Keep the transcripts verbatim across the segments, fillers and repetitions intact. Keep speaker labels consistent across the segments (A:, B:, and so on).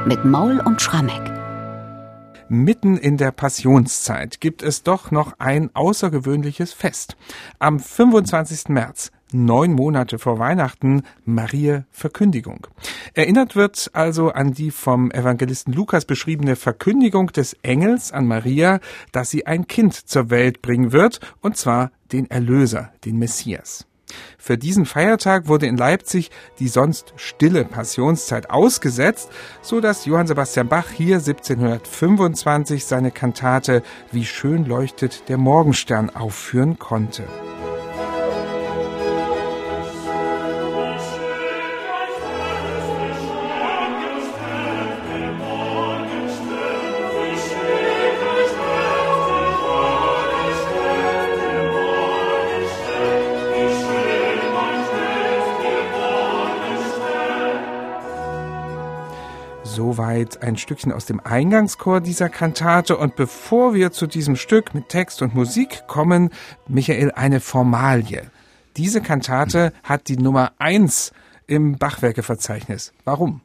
A: mit Maul und Schrammeck.
B: Mitten in der Passionszeit gibt es doch noch ein außergewöhnliches Fest. Am fünfundzwanzigsten März, neun Monate vor Weihnachten, Mariä Verkündigung. Erinnert wird also an die vom Evangelisten Lukas beschriebene Verkündigung des Engels an Maria, dass sie ein Kind zur Welt bringen wird, und zwar den Erlöser, den Messias. Für diesen Feiertag wurde in Leipzig die sonst stille Passionszeit ausgesetzt, so dass Johann Sebastian Bach hier siebzehnhundertfünfundzwanzig seine Kantate Wie schön leuchtet der Morgenstern aufführen konnte. Soweit ein Stückchen aus dem Eingangschor dieser Kantate. Und bevor wir zu diesem Stück mit Text und Musik kommen, Michael, eine Formalie. Diese Kantate hat die Nummer eins im Bachwerkeverzeichnis. Warum?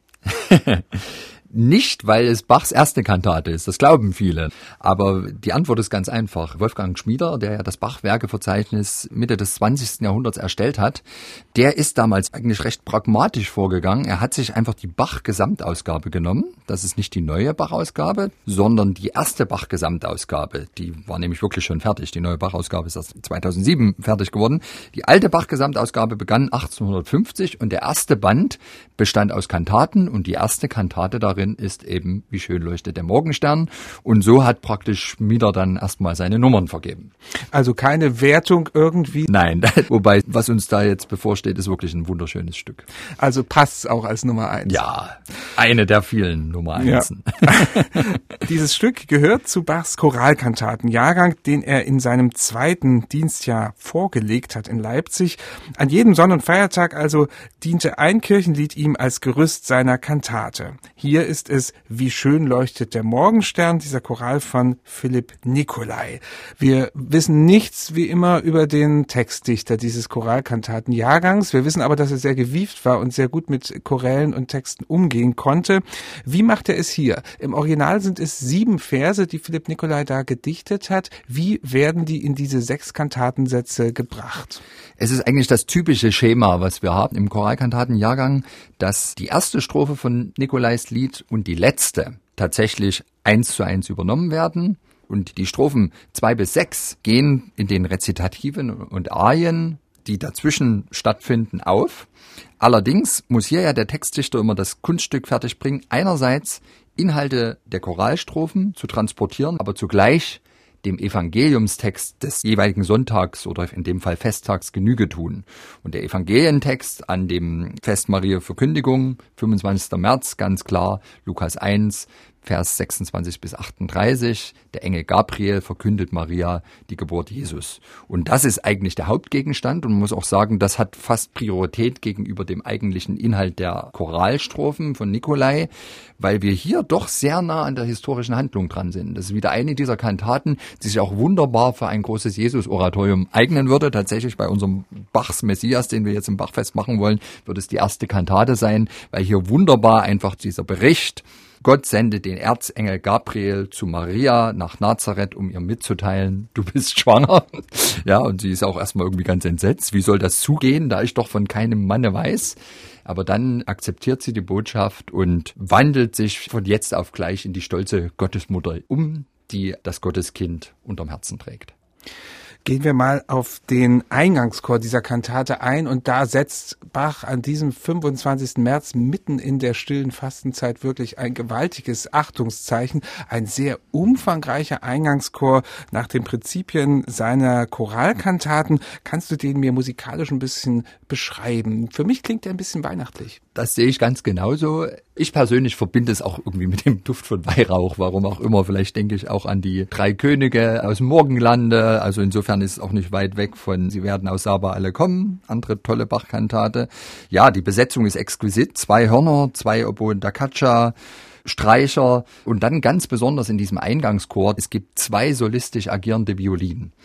C: Nicht, weil es Bachs erste Kantate ist, das glauben viele. Aber die Antwort ist ganz einfach. Wolfgang Schmieder, der ja das Bachwerkeverzeichnis Mitte des zwanzigsten Jahrhunderts erstellt hat, der ist damals eigentlich recht pragmatisch vorgegangen. Er hat sich einfach die Bach-Gesamtausgabe genommen. Das ist nicht die neue Bach-Ausgabe, sondern die erste Bach-Gesamtausgabe. Die war nämlich wirklich schon fertig. Die neue Bach-Ausgabe ist erst zweitausendsieben fertig geworden. Die alte Bach-Gesamtausgabe begann achtzehnhundertfünfzig und der erste Band bestand aus Kantaten und die erste Kantate darin ist eben Wie schön leuchtet der Morgenstern. Und so hat praktisch Schmieder dann erstmal seine Nummern vergeben.
B: Also keine Wertung irgendwie?
C: Nein, wobei, was uns da jetzt bevorsteht, ist wirklich ein wunderschönes Stück.
B: Also passt's auch als Nummer eins?
C: Ja, eine der vielen Nummer Einsen.
B: Ja. Dieses Stück gehört zu Bachs Choralkantatenjahrgang, den er in seinem zweiten Dienstjahr vorgelegt hat in Leipzig. An jedem Sonn- und Feiertag also diente ein Kirchenlied ihm als Gerüst seiner Kantate. Hier ist es Wie schön leuchtet der Morgenstern, dieser Choral von Philipp Nicolai. Wir wissen nichts wie immer über den Textdichter dieses Choralkantatenjahrgangs. Wir wissen aber, dass er sehr gewieft war und sehr gut mit Chorälen und Texten umgehen konnte. Wie macht er es hier? Im Original sind es sieben Verse, die Philipp Nicolai da gedichtet hat. Wie werden die in diese sechs Kantatensätze gebracht?
C: Es ist eigentlich das typische Schema, was wir haben im Choralkantatenjahrgang, dass die erste Strophe von Nicolais Lied und die letzte tatsächlich eins zu eins übernommen werden. Und die Strophen zwei bis sechs gehen in den Rezitativen und Arien, die dazwischen stattfinden, auf. Allerdings muss hier ja der Textdichter immer das Kunststück fertigbringen, einerseits Inhalte der Choralstrophen zu transportieren, aber zugleich dem Evangeliumstext des jeweiligen Sonntags oder in dem Fall Festtags Genüge tun. Und der Evangelientext an dem Fest Mariä Verkündigung, fünfundzwanzigsten März, ganz klar, Lukas eins, Vers sechsundzwanzig bis achtunddreißig, der Engel Gabriel verkündet Maria die Geburt Jesus. Und das ist eigentlich der Hauptgegenstand und man muss auch sagen, das hat fast Priorität gegenüber dem eigentlichen Inhalt der Choralstrophen von Nicolai, weil wir hier doch sehr nah an der historischen Handlung dran sind. Das ist wieder eine dieser Kantaten, die sich auch wunderbar für ein großes Jesus-Oratorium eignen würde. Tatsächlich bei unserem Bachs Messias, den wir jetzt im Bachfest machen wollen, wird es die erste Kantate sein, weil hier wunderbar einfach dieser Bericht, Gott sendet den Erzengel Gabriel zu Maria nach Nazareth, um ihr mitzuteilen, du bist schwanger. Ja, und sie ist auch erstmal irgendwie ganz entsetzt. Wie soll das zugehen, da ich doch von keinem Manne weiß? Aber dann akzeptiert sie die Botschaft und wandelt sich von jetzt auf gleich in die stolze Gottesmutter um, die das Gotteskind unterm Herzen trägt.
B: Gehen wir mal auf den Eingangschor dieser Kantate ein und da setzt Bach an diesem fünfundzwanzigsten März mitten in der stillen Fastenzeit wirklich ein gewaltiges Achtungszeichen. Ein sehr umfangreicher Eingangschor nach den Prinzipien seiner Choralkantaten. Kannst du den mir musikalisch ein bisschen beschreiben? Für mich klingt der ein bisschen weihnachtlich.
C: Das sehe ich ganz genauso. Ich persönlich verbinde es auch irgendwie mit dem Duft von Weihrauch, warum auch immer. Vielleicht denke ich auch an die drei Könige aus dem Morgenlande. Also insofern ist es auch nicht weit weg von Sie werden aus Saba alle kommen. Andere tolle Bachkantate. Ja, die Besetzung ist exquisit. Zwei Hörner, zwei Oboen da Caccia, Streicher und dann ganz besonders in diesem Eingangschor, es gibt zwei solistisch agierende Violinen.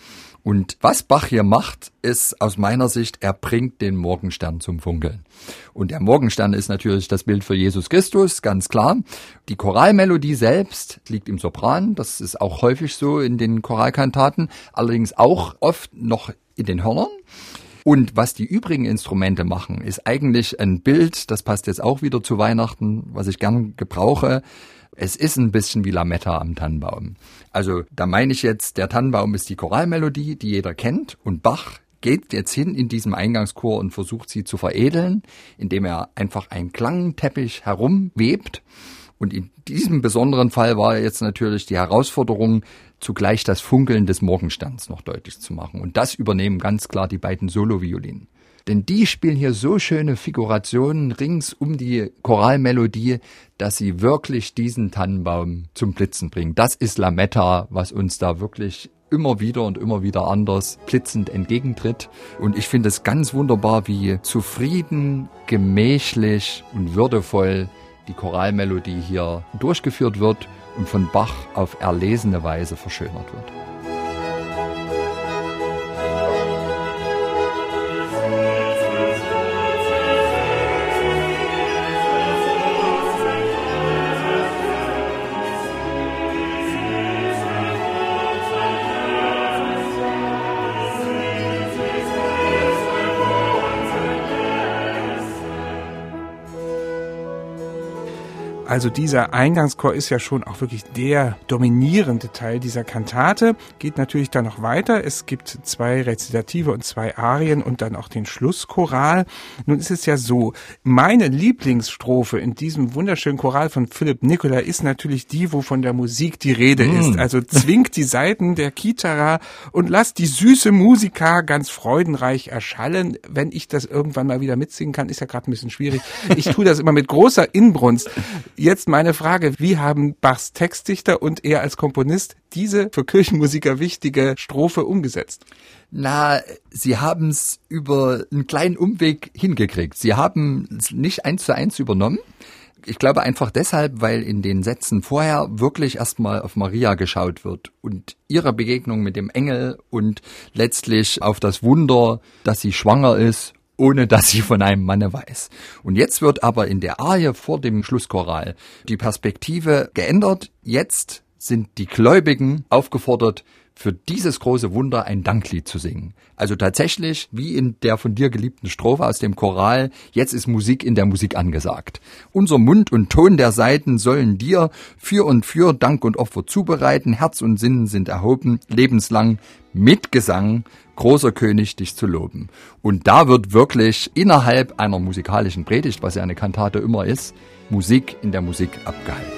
C: Und was Bach hier macht, ist aus meiner Sicht, er bringt den Morgenstern zum Funkeln. Und der Morgenstern ist natürlich das Bild für Jesus Christus, ganz klar. Die Choralmelodie selbst liegt im Sopran, das ist auch häufig so in den Choralkantaten, allerdings auch oft noch in den Hörnern. Und was die übrigen Instrumente machen, ist eigentlich ein Bild, das passt jetzt auch wieder zu Weihnachten, was ich gern gebrauche. Es ist ein bisschen wie Lametta am Tannenbaum. Also da meine ich jetzt, der Tannenbaum ist die Choralmelodie, die jeder kennt, und Bach geht jetzt hin in diesem Eingangschor und versucht sie zu veredeln, indem er einfach einen Klangteppich herumwebt. Und in diesem besonderen Fall war jetzt natürlich die Herausforderung, zugleich das Funkeln des Morgensterns noch deutlich zu machen. Und das übernehmen ganz klar die beiden Soloviolinen. Denn die spielen hier so schöne Figurationen rings um die Choralmelodie, dass sie wirklich diesen Tannenbaum zum Blitzen bringen. Das ist Lametta, was uns da wirklich immer wieder und immer wieder anders blitzend entgegentritt. Und ich finde es ganz wunderbar, wie zufrieden, gemächlich und würdevoll die Choralmelodie hier durchgeführt wird und von Bach auf erlesene Weise verschönert wird.
B: Also dieser Eingangschor ist ja schon auch wirklich der dominierende Teil dieser Kantate. Geht natürlich dann noch weiter. Es gibt zwei Rezitative und zwei Arien und dann auch den Schlusschoral. Nun ist es ja so, meine Lieblingsstrophe in diesem wunderschönen Choral von Philipp Nicola ist natürlich die, wo von der Musik die Rede mm. ist. Also zwingt die Saiten der Kithara und lasst die süße Musika ganz freudenreich erschallen. Wenn ich das irgendwann mal wieder mitsingen kann, ist ja gerade ein bisschen schwierig. Ich tue das immer mit großer Inbrunst. Jetzt meine Frage, wie haben Bachs Textdichter und er als Komponist diese für Kirchenmusiker wichtige Strophe umgesetzt?
C: Na, sie haben es über einen kleinen Umweg hingekriegt. Sie haben es nicht eins zu eins übernommen. Ich glaube einfach deshalb, weil in den Sätzen vorher wirklich erstmal auf Maria geschaut wird und ihre Begegnung mit dem Engel und letztlich auf das Wunder, dass sie schwanger ist, ohne dass sie von einem Manne weiß. Und jetzt wird aber in der Arie vor dem Schlusschoral die Perspektive geändert. Jetzt sind die Gläubigen aufgefordert, für dieses große Wunder ein Danklied zu singen. Also tatsächlich, wie in der von dir geliebten Strophe aus dem Choral, jetzt ist Musik in der Musik angesagt. Unser Mund und Ton der Saiten sollen dir für und für Dank und Opfer zubereiten. Herz und Sinn sind erhoben, lebenslang mit Gesang, großer König, dich zu loben. Und da wird wirklich innerhalb einer musikalischen Predigt, was ja eine Kantate immer ist, Musik in der Musik abgehalten.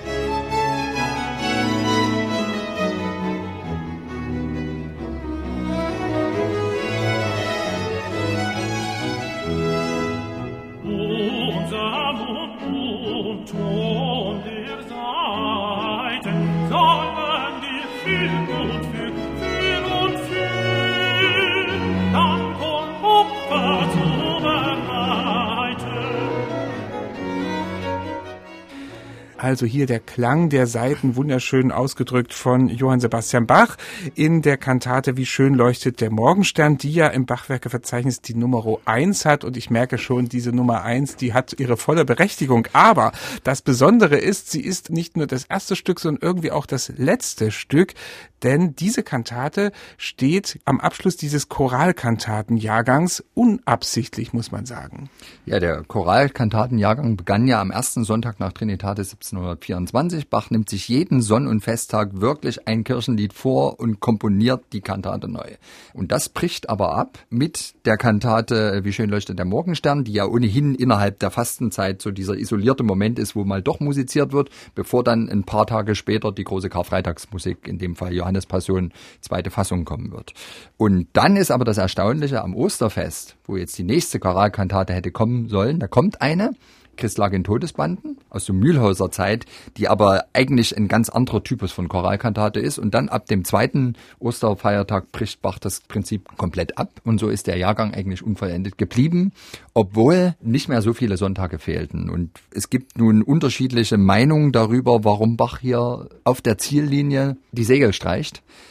B: Also hier der Klang der Saiten, wunderschön ausgedrückt von Johann Sebastian Bach in der Kantate Wie schön leuchtet der Morgenstern, die ja im Bachwerkeverzeichnis die Nummer eins hat. Und ich merke schon, diese Nummer eins, die hat ihre volle Berechtigung. Aber das Besondere ist, sie ist nicht nur das erste Stück, sondern irgendwie auch das letzte Stück. Denn diese Kantate steht am Abschluss dieses Choralkantatenjahrgangs unabsichtlich, muss man sagen.
C: Ja, der Choralkantatenjahrgang begann ja am ersten Sonntag nach Trinitatis siebzehnhundertvierundzwanzig. Bach nimmt sich jeden Sonn- und Festtag wirklich ein Kirchenlied vor und komponiert die Kantate neu. Und das bricht aber ab mit der Kantate Wie schön leuchtet der Morgenstern, die ja ohnehin innerhalb der Fastenzeit so dieser isolierte Moment ist, wo mal doch musiziert wird, bevor dann ein paar Tage später die große Karfreitagsmusik, in dem Fall Johannes Passion, zweite Fassung kommen wird. Und dann ist aber das Erstaunliche am Osterfest, wo jetzt die nächste Choralkantate hätte kommen sollen, da kommt eine, Christ lag in Todesbanden, aus der Mühlhäuser Zeit, die aber eigentlich ein ganz anderer Typus von Choralkantate ist. Und dann ab dem zweiten Osterfeiertag bricht Bach das Prinzip komplett ab. Und so ist der Jahrgang eigentlich unvollendet geblieben, obwohl nicht mehr so viele Sonntage fehlten. Und es gibt nun unterschiedliche Meinungen darüber, warum Bach hier auf der Ziellinie die Segel streicht.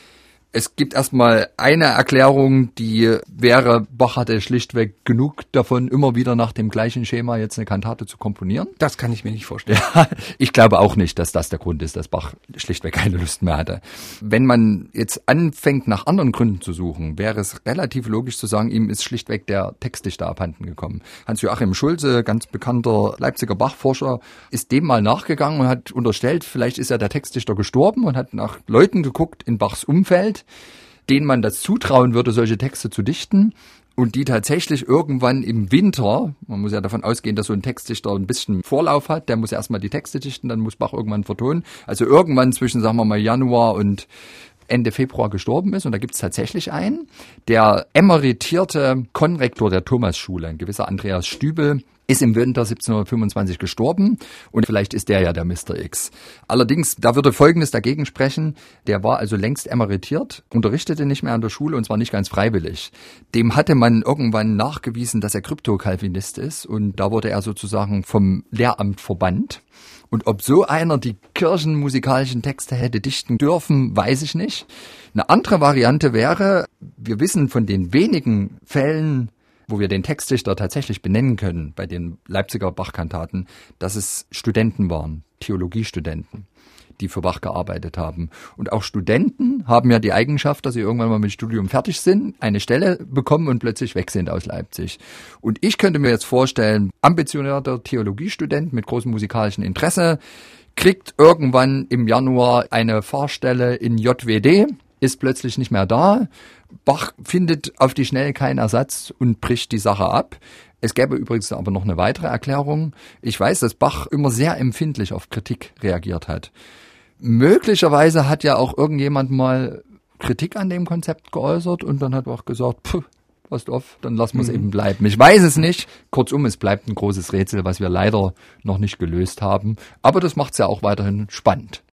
C: Es gibt erstmal eine Erklärung, die wäre, Bach hatte schlichtweg genug davon, immer wieder nach dem gleichen Schema jetzt eine Kantate zu komponieren.
B: Das kann ich mir nicht vorstellen.
C: Ja, ich glaube auch nicht, dass das der Grund ist, dass Bach schlichtweg keine Lust mehr hatte. Wenn man jetzt anfängt, nach anderen Gründen zu suchen, wäre es relativ logisch zu sagen, ihm ist schlichtweg der Textdichter abhanden gekommen. Hans-Joachim Schulze, ganz bekannter Leipziger Bachforscher, ist dem mal nachgegangen und hat unterstellt, vielleicht ist ja der Textdichter gestorben und hat nach Leuten geguckt in Bachs Umfeld, denen man das zutrauen würde, solche Texte zu dichten und die tatsächlich irgendwann im Winter, man muss ja davon ausgehen, dass so ein Textdichter ein bisschen Vorlauf hat, der muss erstmal die Texte dichten, dann muss Bach irgendwann vertonen, also irgendwann zwischen, sagen wir mal, Januar und Ende Februar gestorben ist. Und da gibt es tatsächlich einen, der emeritierte Konrektor der Thomasschule, ein gewisser Andreas Stübel, ist im Winter siebzehnhundertfünfundzwanzig gestorben und vielleicht ist der ja der Mister X. Allerdings, da würde Folgendes dagegen sprechen, der war also längst emeritiert, unterrichtete nicht mehr an der Schule und zwar nicht ganz freiwillig. Dem hatte man irgendwann nachgewiesen, dass er Krypto-Calvinist ist und da wurde er sozusagen vom Lehramt verbannt. Und ob so einer die kirchenmusikalischen Texte hätte dichten dürfen, weiß ich nicht. Eine andere Variante wäre, wir wissen von den wenigen Fällen, wo wir den Textdichter tatsächlich benennen können, bei den Leipziger Bachkantaten, dass es Studenten waren, Theologiestudenten, die für Bach gearbeitet haben. Und auch Studenten haben ja die Eigenschaft, dass sie irgendwann mal mit dem Studium fertig sind, eine Stelle bekommen und plötzlich weg sind aus Leipzig. Und ich könnte mir jetzt vorstellen, ambitionierter Theologiestudent mit großem musikalischen Interesse kriegt irgendwann im Januar eine Fahrstelle in J W D, ist plötzlich nicht mehr da. Bach findet auf die Schnelle keinen Ersatz und bricht die Sache ab. Es gäbe übrigens aber noch eine weitere Erklärung. Ich weiß, dass Bach immer sehr empfindlich auf Kritik reagiert hat. Möglicherweise hat ja auch irgendjemand mal Kritik an dem Konzept geäußert und dann hat Bach gesagt, pff, passt auf, dann lassen wir es mhm. eben bleiben. Ich weiß es nicht. Kurzum, es bleibt ein großes Rätsel, was wir leider noch nicht gelöst haben. Aber das macht es ja auch weiterhin spannend.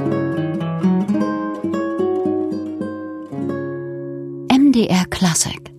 A: M D R Classic